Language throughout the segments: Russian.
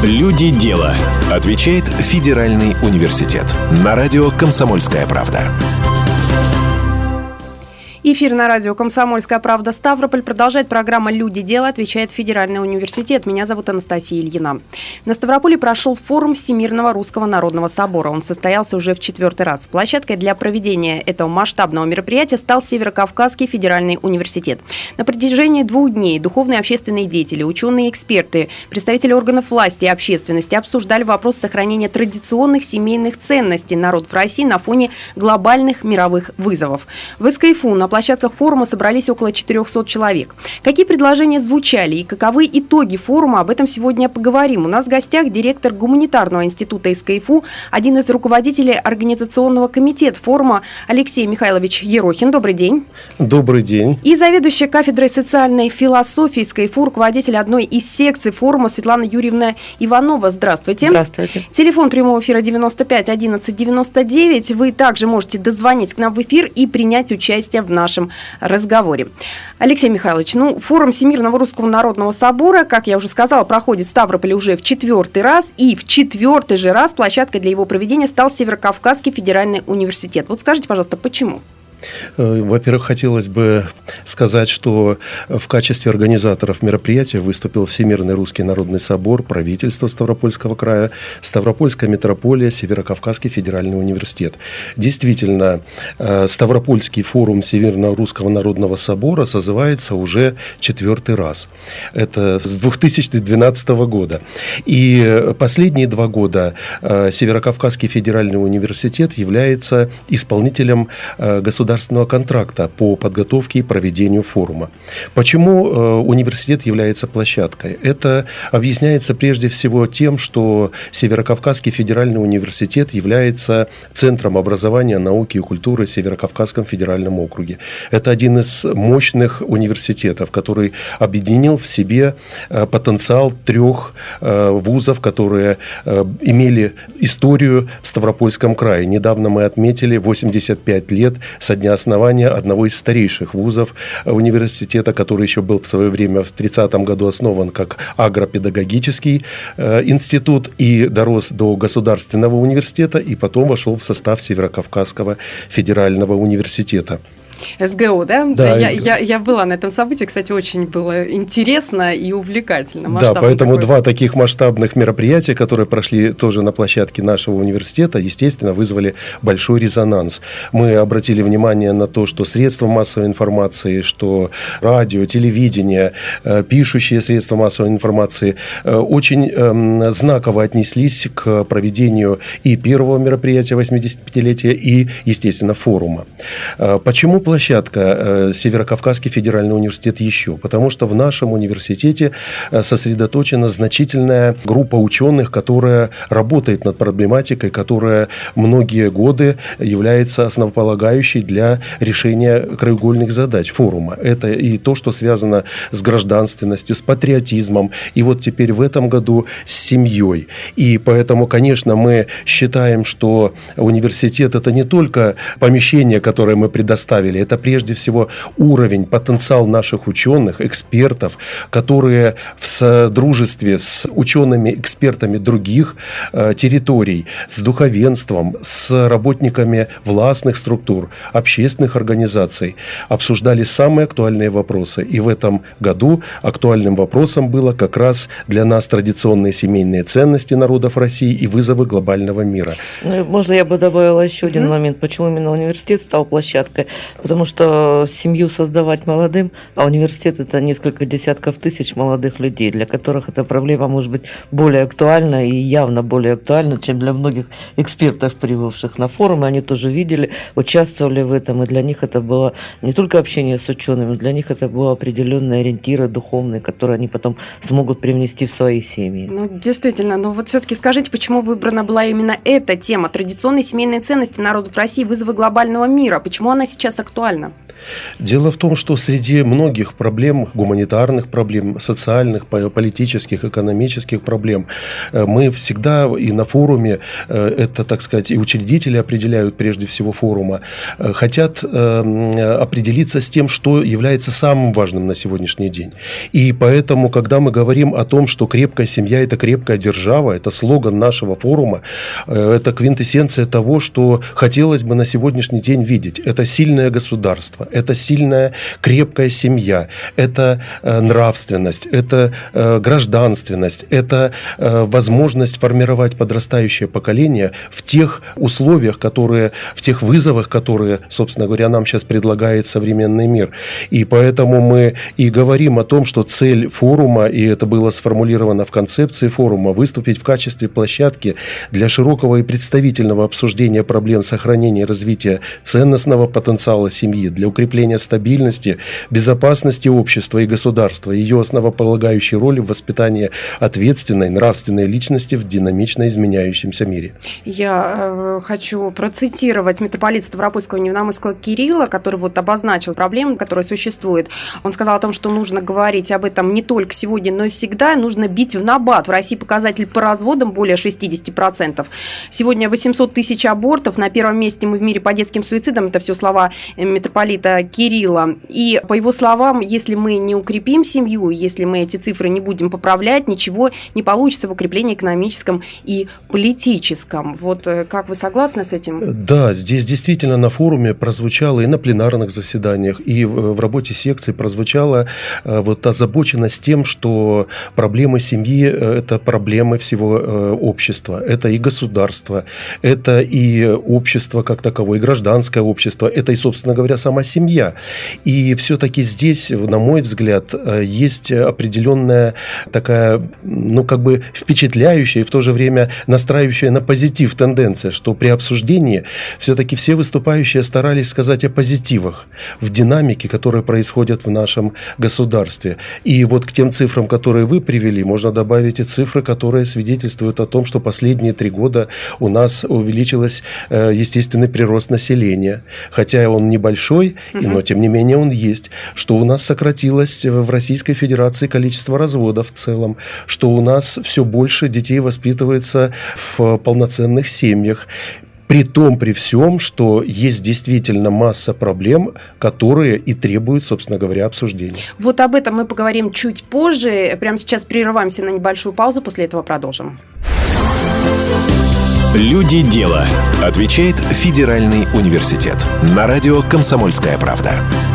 Люди дела. Отвечает Федеральный университет. На радио «Комсомольская правда». Эфир на радио «Комсомольская правда» Ставрополь. Продолжает программа «Люди дела», отвечает Федеральный университет. Меня зовут Анастасия Ильина. На Ставрополе прошел форум Всемирного Русского Народного Собора. Он состоялся уже в 4-й раз. Площадкой для проведения этого масштабного мероприятия стал Северокавказский Федеральный университет. На протяжении 2 дней духовные и общественные деятели, ученые и эксперты, представители органов власти и общественности обсуждали вопрос сохранения традиционных семейных ценностей народов России на фоне глобальных мировых вызовов. В СКФУ на площадках форума собрались около 400 человек. Какие предложения звучали и каковы итоги форума, об этом сегодня поговорим. У нас в гостях директор гуманитарного института СКФУ, один из руководителей организационного комитета форума Алексей Михайлович Ерохин. Добрый день. Добрый день. И заведующая кафедрой социальной философии СКФУ, руководитель одной из секций форума Светлана Юрьевна Иванова. Здравствуйте. Здравствуйте. Телефон прямого эфира 95 11 99. Вы также можете дозвонить к нам в эфир и принять участие в нашем разговоре. Алексей Михайлович, форум Всемирного Русского Народного Собора, как я уже сказала, проходит в Ставрополе уже в 4-й раз, и в 4-й же раз площадкой для его проведения стал Северокавказский Федеральный университет. Вот скажите, пожалуйста, почему? Во-первых, хотелось бы сказать, что в качестве организаторов мероприятия выступил Всемирный Русский Народный Собор, правительство Ставропольского края, Ставропольская митрополия, Северокавказский Федеральный университет. Действительно, Ставропольский форум Всемирного Русского Народного Собора созывается уже 4-й раз. Это с 2012 года. И последние 2 года Северокавказский Федеральный университет является исполнителем государственного контракта по подготовке и проведению форума. Почему университет является площадкой? Это объясняется прежде всего тем, что Северокавказский федеральный университет является центром образования, науки и культуры в Северокавказском федеральном округе. Это один из мощных университетов, который объединил в себе потенциал 3 вузов, которые имели историю в Ставропольском крае. Недавно мы отметили 85 лет со дня основания одного из старейших вузов университета, который еще был в свое время в 30-м году основан как агропедагогический институт и дорос до государственного университета и потом вошел в состав Северокавказского федерального университета. СГУ, да? Да, я была на этом событии, кстати, очень было интересно и увлекательно. Да, поэтому 2 таких масштабных мероприятия, которые прошли тоже на площадке нашего университета, естественно, вызвали большой резонанс. Мы обратили внимание на то, что средства массовой информации, что радио, телевидение, пишущие средства массовой информации очень знаково отнеслись к проведению и первого мероприятия 85-летия, и, естественно, форума. Почему площадка Северокавказский федеральный университет еще? Потому что в нашем университете сосредоточена значительная группа ученых, которая работает над проблематикой, которая многие годы является основополагающей для решения краеугольных задач форума. Это и то, что связано с гражданственностью, с патриотизмом, и вот теперь в этом году с семьей. И поэтому, конечно, мы считаем, что университет – это не только помещение, которое мы предоставили, это прежде всего уровень, потенциал наших ученых, экспертов, которые в содружестве с учеными, экспертами других территорий, с духовенством, с работниками властных структур, общественных организаций обсуждали самые актуальные вопросы. И в этом году актуальным вопросом было как раз для нас традиционные семейные ценности народов России и вызовы глобального мира. Можно я бы добавила еще один момент, почему именно университет стал площадкой? Потому что семью создавать молодым, а университет – это несколько десятков тысяч молодых людей, для которых эта проблема может быть более актуальна и явно более актуальна, чем для многих экспертов, прибывших на форумы. Они тоже видели, участвовали в этом, и для них это было не только общение с учеными, для них это было определенные ориентиры духовные, которые они потом смогут привнести в свои семьи. Действительно, но вот все-таки скажите, почему выбрана была именно эта тема – традиционные семейные ценности народов России, вызовы глобального мира? Почему она сейчас актуальна? актуально? Дело в том, что среди многих проблем, гуманитарных проблем, социальных, политических, экономических проблем, мы всегда и на форуме, это, так сказать, и учредители определяют прежде всего форума, хотят определиться с тем, что является самым важным на сегодняшний день. И поэтому, когда мы говорим о том, что крепкая семья – это крепкая держава, это слоган нашего форума, это квинтэссенция того, что хотелось бы на сегодняшний день видеть. Это сильное государство, это сильная, крепкая семья, это нравственность, это гражданственность, это возможность формировать подрастающее поколение в тех условиях, в тех вызовах, которые, собственно говоря, нам сейчас предлагает современный мир. И поэтому мы и говорим о том, что цель форума, и это было сформулировано в концепции форума, выступить в качестве площадки для широкого и представительного обсуждения проблем сохранения и развития ценностного потенциала семьи, для укрепления стабильности, безопасности общества и государства, ее основополагающей роли в воспитании ответственной, нравственной личности в динамично изменяющемся мире. Я хочу процитировать митрополита Ставропольского Невномысского Кирилла, который вот обозначил проблему, которая существует. Он сказал о том, что нужно говорить об этом не только сегодня, но и всегда. Нужно бить в набат. В России показатель по разводам более 60%. Сегодня 800 тысяч абортов. На первом месте мы в мире по детским суицидам. Это все слова митрополита Кирилла. И по его словам, если мы не укрепим семью, если мы эти цифры не будем поправлять, ничего не получится в укреплении экономическом и политическом. Вот как вы согласны с этим? Да, здесь действительно на форуме прозвучало и на пленарных заседаниях, и в работе секции прозвучала вот озабоченность тем, что проблемы семьи – это проблемы всего общества, это и государство, это и общество как таковое, и гражданское общество, это и, собственно говоря, сама семья. И все-таки здесь, на мой взгляд, есть определенная такая, впечатляющая и в то же время настраивающая на позитив тенденция, что при обсуждении все-таки все выступающие старались сказать о позитивах в динамике, которая происходит в нашем государстве. И вот к тем цифрам, которые вы привели, можно добавить и цифры, которые свидетельствуют о том, что последние 3 года у нас увеличился естественный прирост населения. Хотя он небольшой, но тем не менее он есть. Что у нас сократилось в Российской Федерации количество разводов в целом. Что у нас все больше детей воспитывается в полноценных семьях. При всем, что есть действительно масса проблем, которые и требуют, собственно говоря, обсуждения. Вот об этом мы поговорим чуть позже. Прямо сейчас прерываемся на небольшую паузу, после этого продолжим. Люди дела. Отвечает Федеральный университет. На радио «Комсомольская правда».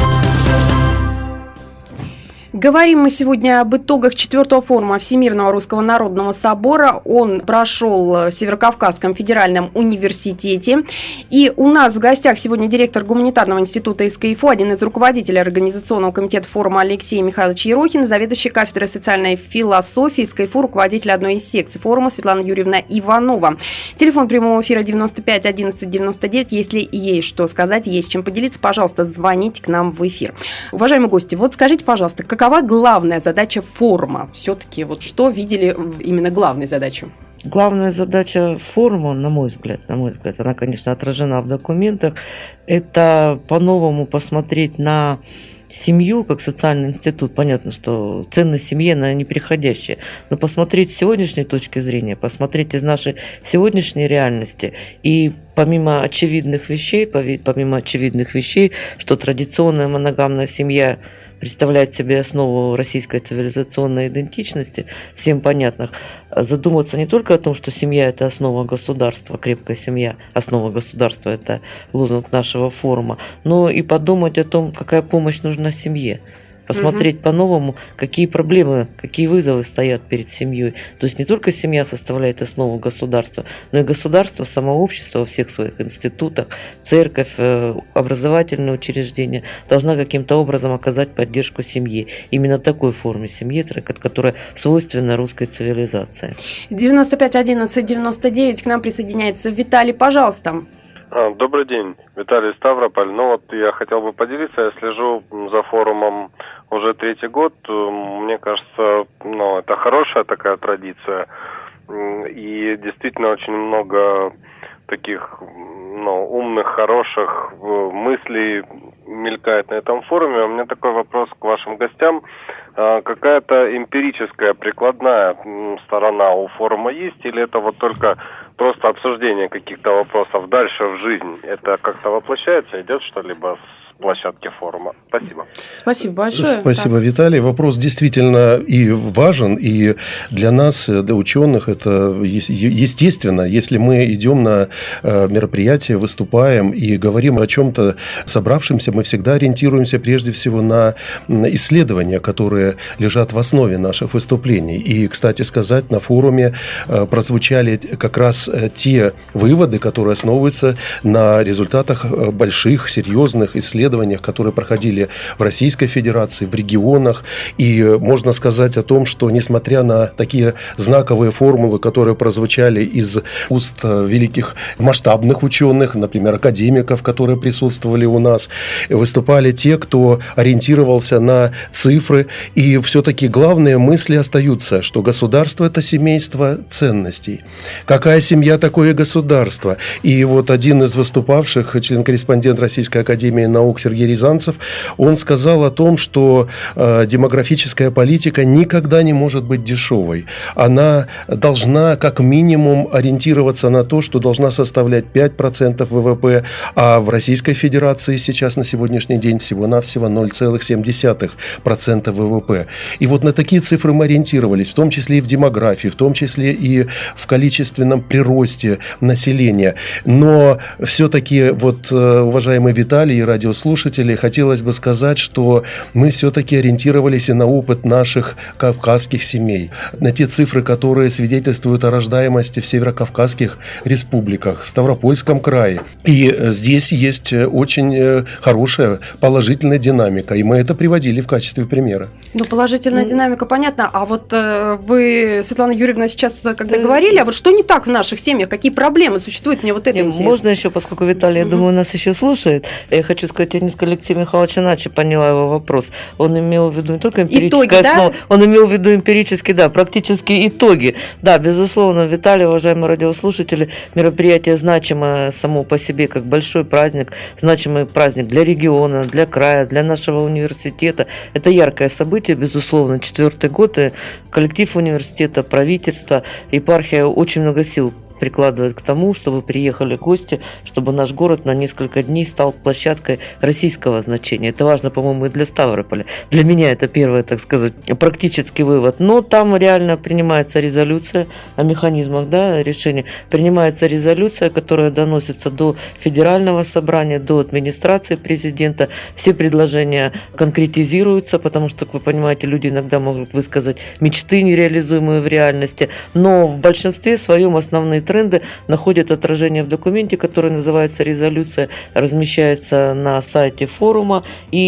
Говорим мы сегодня об итогах 4-го форума Всемирного Русского Народного Собора. Он прошел в Северокавказском федеральном университете. И у нас в гостях сегодня директор гуманитарного института СКФУ, один из руководителей организационного комитета форума Алексей Михайлович Ерохин, заведующий кафедрой социальной философии СКФУ, руководитель одной из секций форума Светлана Юрьевна Иванова. Телефон прямого эфира 95 11 99. Если есть что сказать, есть чем поделиться, пожалуйста, звоните к нам в эфир. Уважаемые гости, вот скажите, пожалуйста, какова главная задача форума? Все-таки вот что видели именно главной задачей? Главная задача форума, на мой взгляд, она, конечно, отражена в документах, это по-новому посмотреть на семью как социальный институт. Понятно, что ценность семьи, она неприходящая. Но посмотреть с сегодняшней точки зрения, посмотреть из нашей сегодняшней реальности и помимо очевидных вещей, что традиционная моногамная семья представляет себе основу российской цивилизационной идентичности, всем понятных, задуматься не только о том, что семья – это основа государства, крепкая семья, основа государства – это лозунг нашего форума, но и подумать о том, какая помощь нужна семье. Посмотреть по-новому, какие проблемы, какие вызовы стоят перед семьей. То есть не только семья составляет основу государства, но и государство, само общество во всех своих институтах, церковь, образовательные учреждения должна каким-то образом оказать поддержку семье. Именно такой форме семьи, которая свойственна русской цивилизации. 95 11 99 к нам присоединяется Виталий, пожалуйста. Добрый день, Виталий, Ставрополь. Я хотел бы поделиться, я слежу за форумом уже 3-й год. Мне кажется, это хорошая такая традиция. И действительно очень много таких умных, хороших мыслей мелькает на этом форуме. У меня такой вопрос к вашим гостям. Какая-то эмпирическая, прикладная сторона у форума есть, или это вот только просто обсуждение каких-то вопросов дальше в жизнь? Это как-то воплощается, идет что-либо с площадки форума? Спасибо. Спасибо большое. Спасибо, Виталий. Вопрос действительно и важен, и для нас, для ученых, это естественно. Если мы идем на мероприятие, выступаем и говорим о чем-то собравшемся, мы всегда ориентируемся прежде всего на исследования, которые лежат в основе наших выступлений. И, кстати сказать, на форуме прозвучали как раз те выводы, которые основываются на результатах больших, серьезных исследований, которые проходили в Российской Федерации, в регионах. И можно сказать о том, что несмотря на такие знаковые формулы, которые прозвучали из уст великих масштабных ученых, например, академиков, которые присутствовали у нас, выступали те, кто ориентировался на цифры. И все-таки главные мысли остаются, что государство – это семейство ценностей. Какая семья, такое государство. И вот один из выступавших, член-корреспондент Российской академии наук Сергей Рязанцев, он сказал о том, что демографическая политика никогда не может быть дешевой. Она должна как минимум ориентироваться на то, что должна составлять 5% ВВП, а в Российской Федерации сейчас на сегодняшний день всего-навсего 0,7% ВВП. И вот на такие цифры мы ориентировались, в том числе и в демографии, в том числе и в количественном приросте населения. Но все-таки, вот, уважаемый Виталий и радиослушатели, хотелось бы сказать, что мы все-таки ориентировались и на опыт наших кавказских семей, на те цифры, которые свидетельствуют о рождаемости в северокавказских республиках, в Ставропольском крае. И здесь есть очень хорошая положительная динамика, и мы это приводили в качестве примера. Ну, положительная динамика, понятно. А вот вы, Светлана Юрьевна, сейчас когда говорили, а вот что не так в наших семьях, какие проблемы существуют, мне вот это интересно. Можно еще, поскольку Виталий, я думаю, нас еще слушает, я хочу сказать, я несколько Алексей Михайлович иначе поняла его вопрос. Он имел в виду не только эмпирическую основу, да? Он имел в виду эмпирические, да, практические итоги. Да, безусловно, Виталий, уважаемые радиослушатели, мероприятие значимое само по себе, как большой праздник, значимый праздник для региона, для края, для нашего университета. Это яркое событие, безусловно, 4-й год, и коллектив университета, правительство, епархия очень много сил прикладывает к тому, чтобы приехали гости, чтобы наш город на несколько дней стал площадкой российского значения. Это важно, по-моему, и для Ставрополя. Для меня это первый, так сказать, практический вывод. Но там реально принимается резолюция о механизмах, да, решения. Принимается резолюция, которая доносится до Федерального собрания, до администрации президента. Все предложения конкретизируются, потому что, как вы понимаете, люди иногда могут высказать мечты, нереализуемые в реальности. Но в большинстве своем основные тренды находят отражение в документе, который называется резолюция, размещается на сайте форума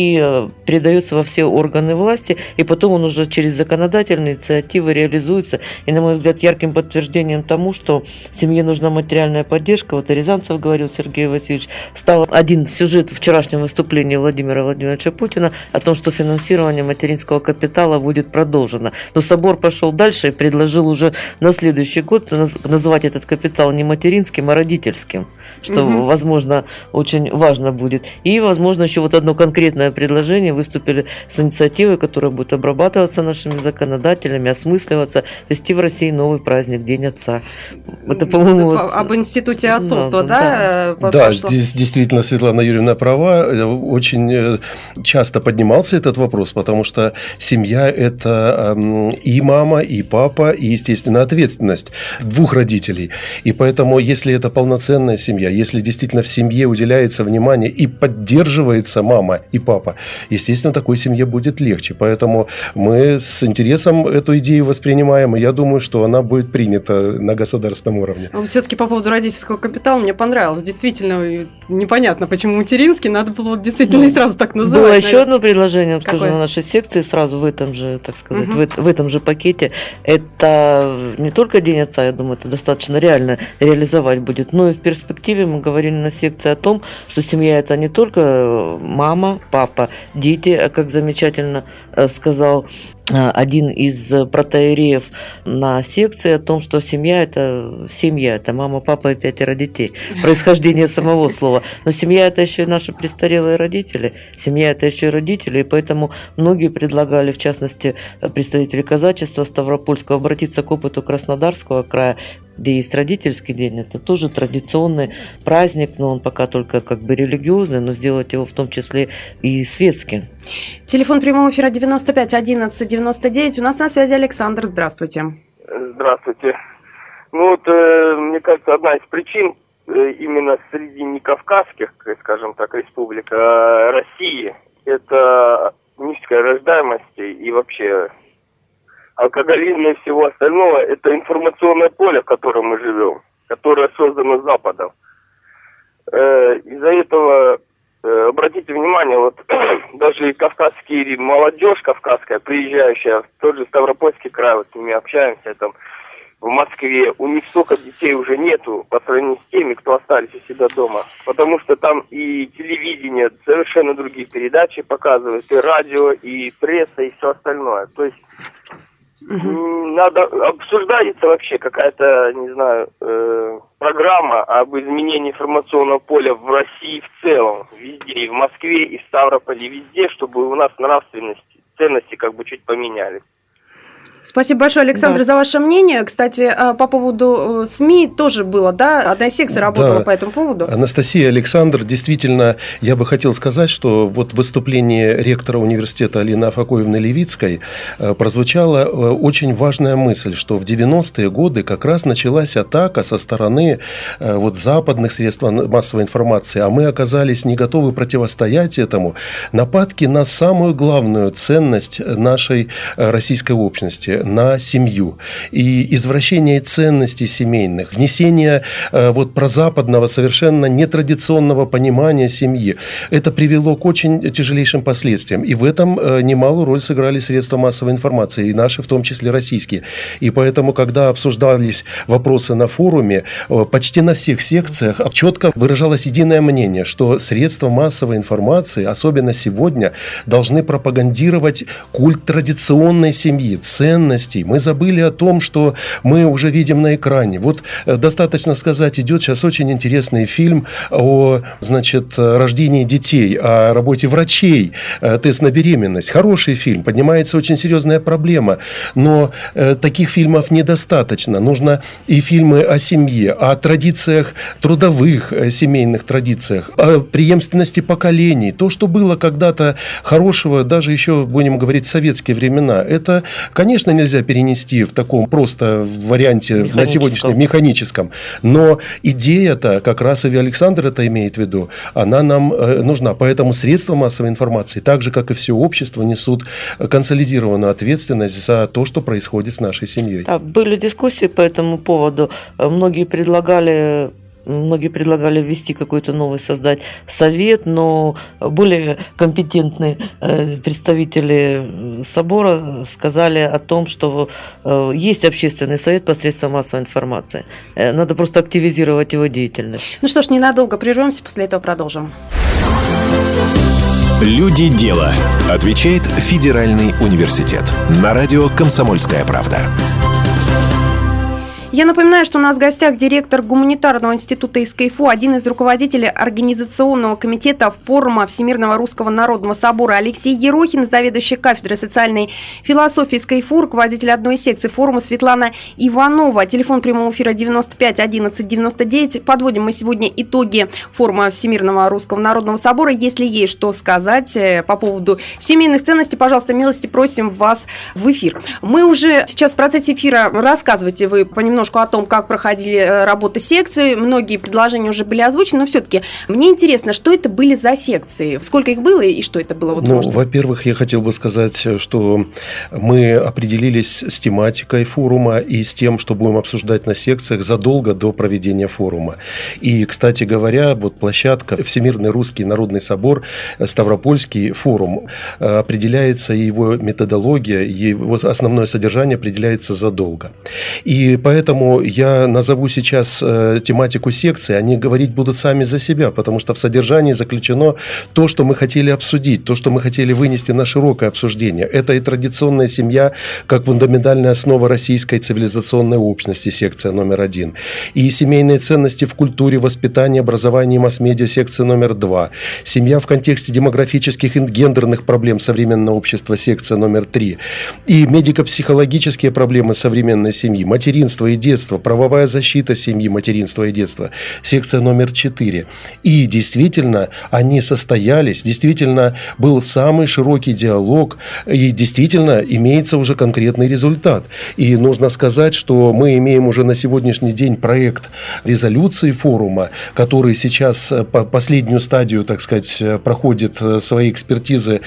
и передается во все органы власти, и потом он уже через законодательные инициативы реализуется. И, на мой взгляд, ярким подтверждением тому, что семье нужна материальная поддержка, вот и Рязанцев говорил, Сергей Васильевич, стал один сюжет в вчерашнем выступлении Владимира Владимировича Путина о том, что финансирование материнского капитала будет продолжено. Но собор пошел дальше и предложил уже на следующий год назвать этот капитал не материнским, а родительским, что, возможно, очень важно будет. И, возможно, еще вот одно конкретное предложение, выступили с инициативой, которая будет обрабатываться нашими законодателями, осмысливаться, вести в России новый праздник, День Отца. Это, по-моему... Об институте отцовства, да? Да, здесь действительно Светлана Юрьевна права. Очень часто поднимался этот вопрос, потому что семья – это и мама, и папа, и, естественно, ответственность двух родителей. И поэтому, если это полноценная семья, если действительно в семье уделяется внимание и поддерживается мама и папа, естественно, такой семье будет легче. Поэтому мы с интересом эту идею воспринимаем, и я думаю, что она будет принята на государственном уровне. Все-таки по поводу родительского капитала мне понравилось. Действительно, непонятно, почему материнский, надо было действительно и сразу так называть. Было еще одно предложение, тоже на нашей секции, сразу в этом же, так сказать, в этом же пакете. Это не только День Отца, я думаю, это достаточно реально реализовать будет, но и в перспективе мы говорили на секции о том, что семья – это не только мама, папа, дети, как замечательно сказал один из протоиереев на секции о том, что семья – это мама, папа и 5 детей. Происхождение самого слова. Но семья – это еще и наши престарелые родители. Семья – это еще и родители. И поэтому многие предлагали, в частности, представители казачества Ставропольского, обратиться к опыту Краснодарского края, где есть родительский день. Это тоже традиционный праздник, но он пока только как бы религиозный, но сделать его в том числе и светским. Телефон прямого эфира 95 11 99. У нас на связи Александр. Здравствуйте. Здравствуйте. Мне кажется, одна из причин именно среди некавказских, скажем так, республик России, это низкая рождаемость и вообще алкоголизм и всего остального, это информационное поле, в котором мы живем, которое создано Западом. Из-за этого, обратите внимание, даже кавказские, молодежь кавказская, приезжающая в тот же Ставропольский край, с ними общаемся, там, в Москве, у них столько детей уже нету по сравнению с теми, кто остались у себя дома. Потому что там и телевидение, совершенно другие передачи показывают, и радио, и пресса, и все остальное. То есть надо обсуждается вообще какая-то, не знаю, программа об изменении информационного поля в России в целом, везде, и в Москве, и в Ставрополе, и везде, чтобы у нас нравственности, ценности как бы чуть поменялись. Спасибо большое, Александр, за ваше мнение. Кстати, по поводу СМИ тоже было, да? Одна секция работала по этому поводу. Анастасия, Александр, действительно, я бы хотел сказать, что вот в выступлении ректора университета Алины Афакоевны Левицкой прозвучала очень важная мысль, что в 90-е годы как раз началась атака со стороны западных средств массовой информации, а мы оказались не готовы противостоять этому. Нападки на самую главную ценность нашей российской общности, на семью. И извращение ценностей семейных, внесение прозападного, совершенно нетрадиционного понимания семьи, это привело к очень тяжелейшим последствиям. И в этом немалую роль сыграли средства массовой информации, и наши, в том числе российские. И поэтому, когда обсуждались вопросы на форуме, почти на всех секциях четко выражалось единое мнение, что средства массовой информации, особенно сегодня, должны пропагандировать культ традиционной семьи, ценностей. Мы забыли о том, что мы уже видим на экране. Достаточно сказать, идет сейчас очень интересный фильм о, рождении детей, о работе врачей, тест на беременность. Хороший фильм, поднимается очень серьезная проблема, но таких фильмов недостаточно. Нужно и фильмы о семье, о традициях трудовых, семейных традициях, о преемственности поколений. То, что было когда-то хорошего, даже еще, будем говорить, в советские времена, это, конечно, нельзя перенести в таком просто варианте на сегодняшнем механическом. Но идея-то, как раз и Александр это имеет в виду, она нам нужна. Поэтому средства массовой информации, так же, как и все общество, несут консолидированную ответственность за то, что происходит с нашей семьей. Да, были дискуссии по этому поводу. Многие предлагали ввести какой-то новый, создать совет, но более компетентные представители собора сказали о том, что есть общественный совет посредством массовой информации. Надо просто активизировать его деятельность. Ну что ж, ненадолго прервемся, после этого продолжим. Люди дела. Отвечает Федеральный университет. На радио «Комсомольская правда». Я напоминаю, что у нас в гостях директор гуманитарного института из КФУ, один из руководителей организационного комитета форума Всемирного Русского Народного Собора Алексей Ерохин, заведующий кафедрой социальной философии из КФУ, руководитель одной из секций форума Светлана Иванова. Телефон прямого эфира 95 11 99. Подводим мы сегодня итоги форума Всемирного Русского Народного Собора. Если есть что сказать по поводу семейных ценностей, пожалуйста, милости просим вас в эфир. Мы уже сейчас в процессе эфира рассказываете вы понемножку о том, как проходили работы секции. Многие предложения уже были озвучены, но все-таки мне интересно, что это были за секции? Сколько их было и что это было? Во-первых, я хотел бы сказать, что мы определились с тематикой форума и с тем, что будем обсуждать на секциях задолго до проведения форума. И, кстати говоря, площадка Всемирный Русский Народный Собор, Ставропольский форум, определяется его методология, его основное содержание определяется задолго. И поэтому поэтому я назову сейчас тематику секции, они говорить будут сами за себя, потому что в содержании заключено то, что мы хотели обсудить, то, что мы хотели вынести на широкое обсуждение. Это и традиционная семья, как фундаментальная основа российской цивилизационной общности, секция номер 1. И семейные ценности в культуре, воспитании, образовании, масс-медиа, секция номер 2. Семья в контексте демографических и гендерных проблем современного общества, секция номер 3. И медико-психологические проблемы современной семьи, материнство и детство, правовая защита семьи, материнства и детства, секция номер 4. И действительно, они состоялись, действительно был самый широкий диалог, и действительно имеется уже конкретный результат. И нужно сказать, что мы имеем уже на сегодняшний день проект резолюции форума, который сейчас последнюю стадию, так сказать, проходит свои экспертизы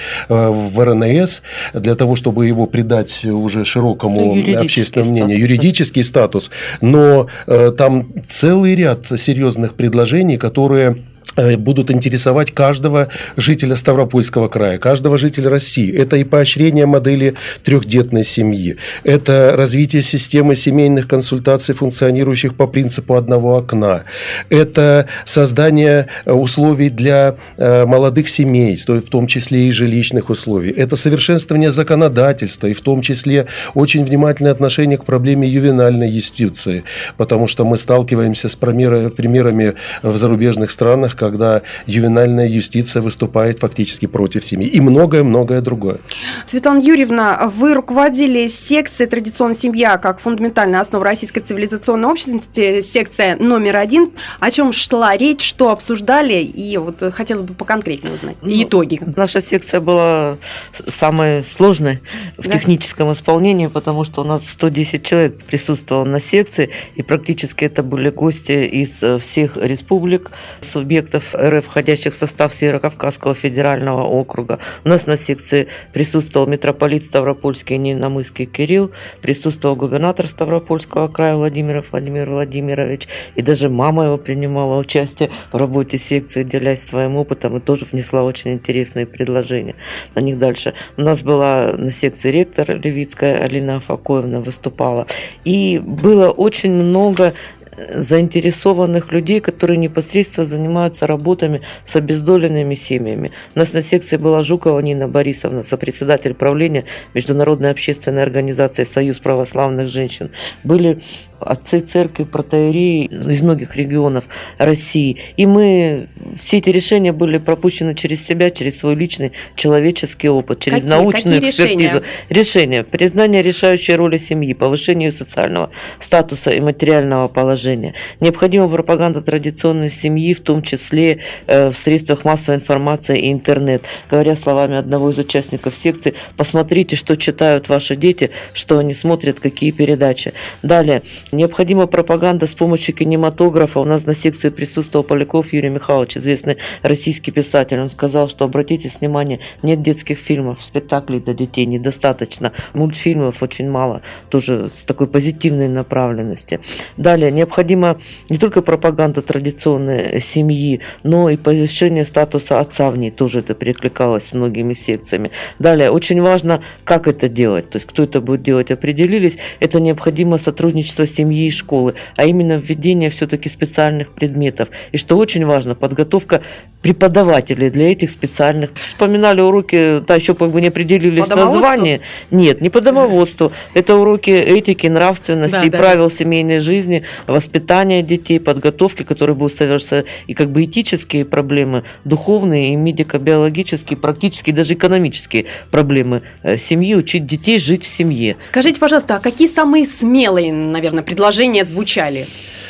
в РНС, для того, чтобы его придать уже широкому общественному мнению, юридический статус. Но там целый ряд серьезных предложений, которые будут интересовать каждого жителя Ставропольского края, каждого жителя России. Это и поощрение модели трехдетной семьи, это развитие системы семейных консультаций, функционирующих по принципу одного окна, это создание условий для молодых семей, в том числе и жилищных условий, это совершенствование законодательства, и в том числе очень внимательное отношение к проблеме ювенальной юстиции, потому что мы сталкиваемся с примерами в зарубежных странах, когда ювенальная юстиция выступает фактически против семьи. И многое-многое другое. Светлана Юрьевна, вы руководили секцией «Традиционная семья» как фундаментальная основа российской цивилизационной общности, секция номер 1. О чем шла речь, что обсуждали, и вот хотелось бы поконкретнее узнать. И итоги. Наша секция была самой сложной в техническом исполнении, потому что у нас 110 человек присутствовало на секции, и практически это были гости из всех республик, субъектов РФ, входящих в состав Северокавказского федерального округа. У нас на секции присутствовал митрополит Ставропольский Ненамысский Кирилл, присутствовал губернатор Ставропольского края Владимир Владимирович, и даже мама его принимала участие в работе секции, делясь своим опытом, и тоже внесла очень интересные предложения на них дальше. У нас была на секции ректор Левицкая Алина Афакоевна выступала, и было очень много заинтересованных людей, которые непосредственно занимаются работами с обездоленными семьями. У нас на секции была Жукова Нина Борисовна, сопредседатель правления Международной общественной организации «Союз православных женщин». Были отцы церкви, протоиереи из многих регионов России. И мы, все эти решения были пропущены через себя, через свой личный человеческий опыт, через научную экспертизу. Решения. Признание решающей роли семьи, повышение социального статуса и материального положения. Необходима пропаганда традиционной семьи, в том числе в средствах массовой информации и интернет. Говоря словами одного из участников секции, посмотрите, что читают ваши дети, что они смотрят, какие передачи. Далее. Необходима пропаганда с помощью кинематографа. У нас на секции присутствовал Поляков Юрий Михайлович, известный российский писатель. Он сказал, что обратите внимание, нет детских фильмов, спектаклей для детей недостаточно, мультфильмов очень мало, тоже с такой позитивной направленности. Далее, необходима не только пропаганда традиционной семьи, но и повышение статуса отца в ней, тоже это перекликалось с многими секциями. Далее, очень важно, как это делать, то есть кто это будет делать, определились. Это необходимо сотрудничество семьи и школы, а именно введение все-таки специальных предметов. И что очень важно, подготовка преподавателей для этих специальных. Вспоминали уроки, да, еще как бы не определились название. Нет, не по домоводству. Это уроки этики, нравственности и правил семейной жизни, воспитания детей, подготовки, которые будут совершаться, и как бы этические проблемы, духовные и медико-биологические, практически даже экономические проблемы семьи, учить детей жить в семье. Скажите, пожалуйста, а какие самые смелые, наверное, предложения звучали?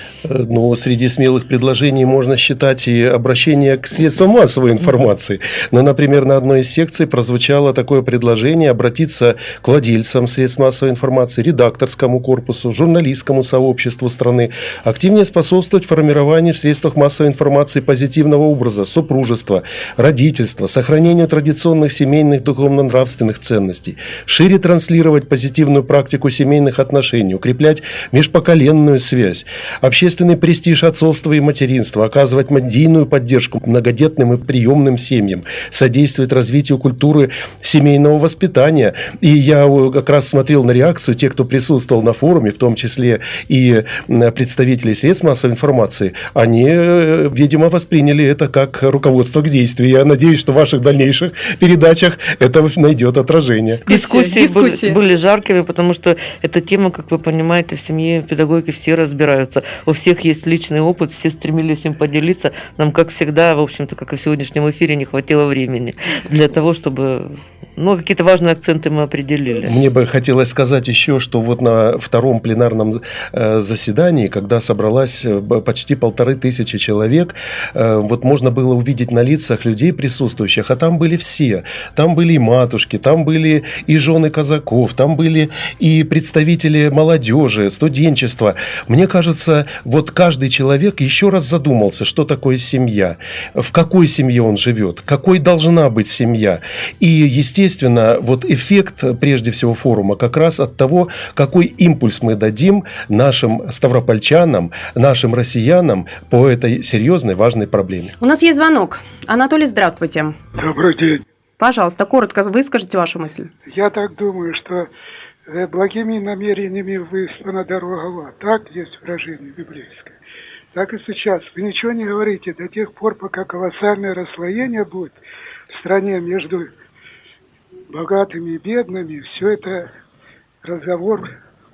Но среди смелых предложений можно считать и обращение к средствам массовой информации. Но, например, на одной из секций прозвучало такое предложение обратиться к владельцам средств массовой информации, редакторскому корпусу, журналистскому сообществу страны, активнее способствовать формированию в средствах массовой информации позитивного образа супружества, родительства, сохранению традиционных семейных духовно-нравственных ценностей, шире транслировать позитивную практику семейных отношений, укреплять межпоколенную связь, общественную общественный престиж отцовства и материнства, оказывать медийную поддержку многодетным и приемным семьям, содействовать развитию культуры семейного воспитания. И я как раз смотрел на реакцию тех, кто присутствовал на форуме, в том числе и представители средств массовой информации. Они, видимо, восприняли это как руководство к действию. Я надеюсь, что в ваших дальнейших передачах это найдет отражение. Дискуссии были жаркими, потому что эта тема, как вы понимаете, в семье педагоги все разбираются. У всех есть личный опыт, все стремились им поделиться. Нам, как всегда, в общем-то, как и в сегодняшнем эфире, не хватило времени для того, чтобы... какие-то важные акценты мы определили. Мне бы хотелось сказать еще, что вот на втором пленарном заседании, когда собралось почти 1500 человек, вот можно было увидеть на лицах людей присутствующих, а там были все. Там были и матушки, там были и жены казаков, там были и представители молодежи, студенчества. Мне кажется, вот каждый человек еще раз задумался, что такое семья, в какой семье он живет, какой должна быть семья. И, естественно, вот эффект, прежде всего, форума как раз от того, какой импульс мы дадим нашим ставропольчанам, нашим россиянам по этой серьезной, важной проблеме. У нас есть звонок. Анатолий, здравствуйте. Добрый день. Пожалуйста, коротко выскажите вашу мысль. Я так думаю, что благими намерениями выслана дорога в ад. Так есть выражение библейское. Так и сейчас. Вы ничего не говорите до тех пор, пока колоссальное расслоение будет в стране между богатыми и бедными. Все это разговор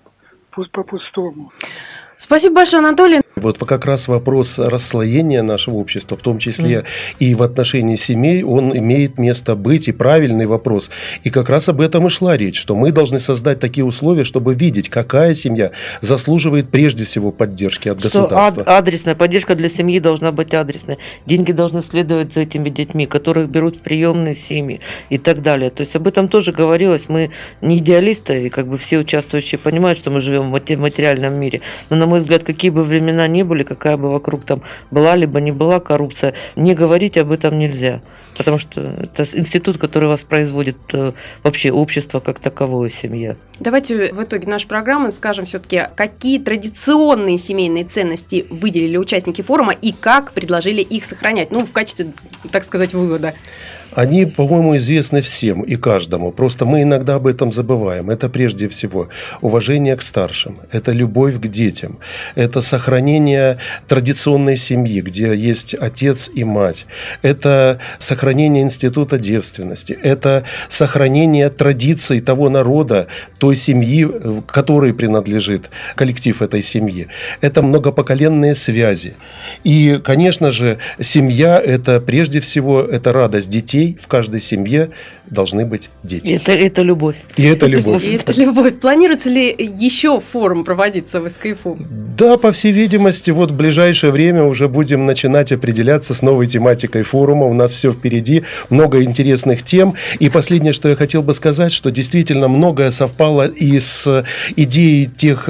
по-пустому. Спасибо большое, Анатолий. Вот как раз вопрос расслоения нашего общества, в том числе и в отношении семей, он имеет место быть, и правильный вопрос. И как раз об этом и шла речь, что мы должны создать такие условия, чтобы видеть, какая семья заслуживает прежде всего поддержки от государства. Адресная поддержка для семьи должна быть адресной. Деньги должны следовать за этими детьми, которых берут в приемные семьи и так далее. То есть об этом тоже говорилось. Мы не идеалисты, и как бы все участвующие понимают, что мы живем в материальном мире. Но, на мой взгляд, какие бы времена не были, какая бы вокруг там была, либо не была коррупция, не говорить об этом нельзя. Потому что это институт, который воспроизводит вообще общество как таковое, семья. Давайте в итоге нашей программы скажем все-таки, какие традиционные семейные ценности выделили участники форума и как предложили их сохранять, в качестве, так сказать, вывода. Они, по-моему, известны всем и каждому. Просто мы иногда об этом забываем. Это прежде всего уважение к старшим, это любовь к детям, это сохранение традиционной семьи, где есть отец и мать, это сохранение института девственности, это сохранение традиций того народа, той семьи, которой принадлежит коллектив этой семьи. Это многопоколенные связи. И, конечно же, семья – это прежде всего это радость детей. В каждой семье должны быть дети. Это любовь. И это любовь. И это любовь. Планируется ли еще форум проводиться в СКФУ? Да, по всей видимости, вот в ближайшее время уже будем начинать определяться с новой тематикой форума. У нас все впереди, много интересных тем. И последнее, что я хотел бы сказать, что действительно многое совпало и с идеей тех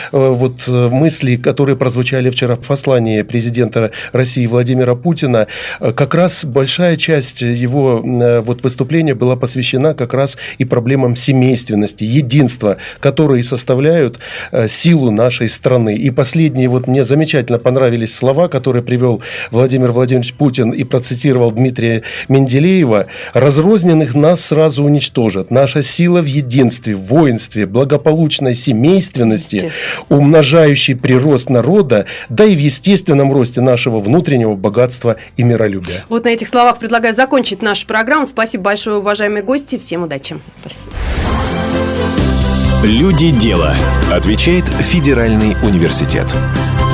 вот мыслей, которые прозвучали вчера в послании президента России Владимира Путина. Как раз большая часть его вот выступления была посвящена как раз и проблемам семейственности, единства, которые составляют силу нашей страны. И последние, вот мне замечательно понравились слова, которые привел Владимир Владимирович Путин и процитировал Дмитрия Менделеева: «Разрозненных нас сразу уничтожат. Наша сила в единстве, в воинстве, благополучной семейственности, умножающей прирост народа, да и в естественном росте нашего внутреннего богатства и миролюбия». Вот на этих словах предлагаю закончить нашу программу. Спасибо большое, уважаемые гости. Всем удачи. Спасибо. Люди дела. Отвечает Федеральный университет.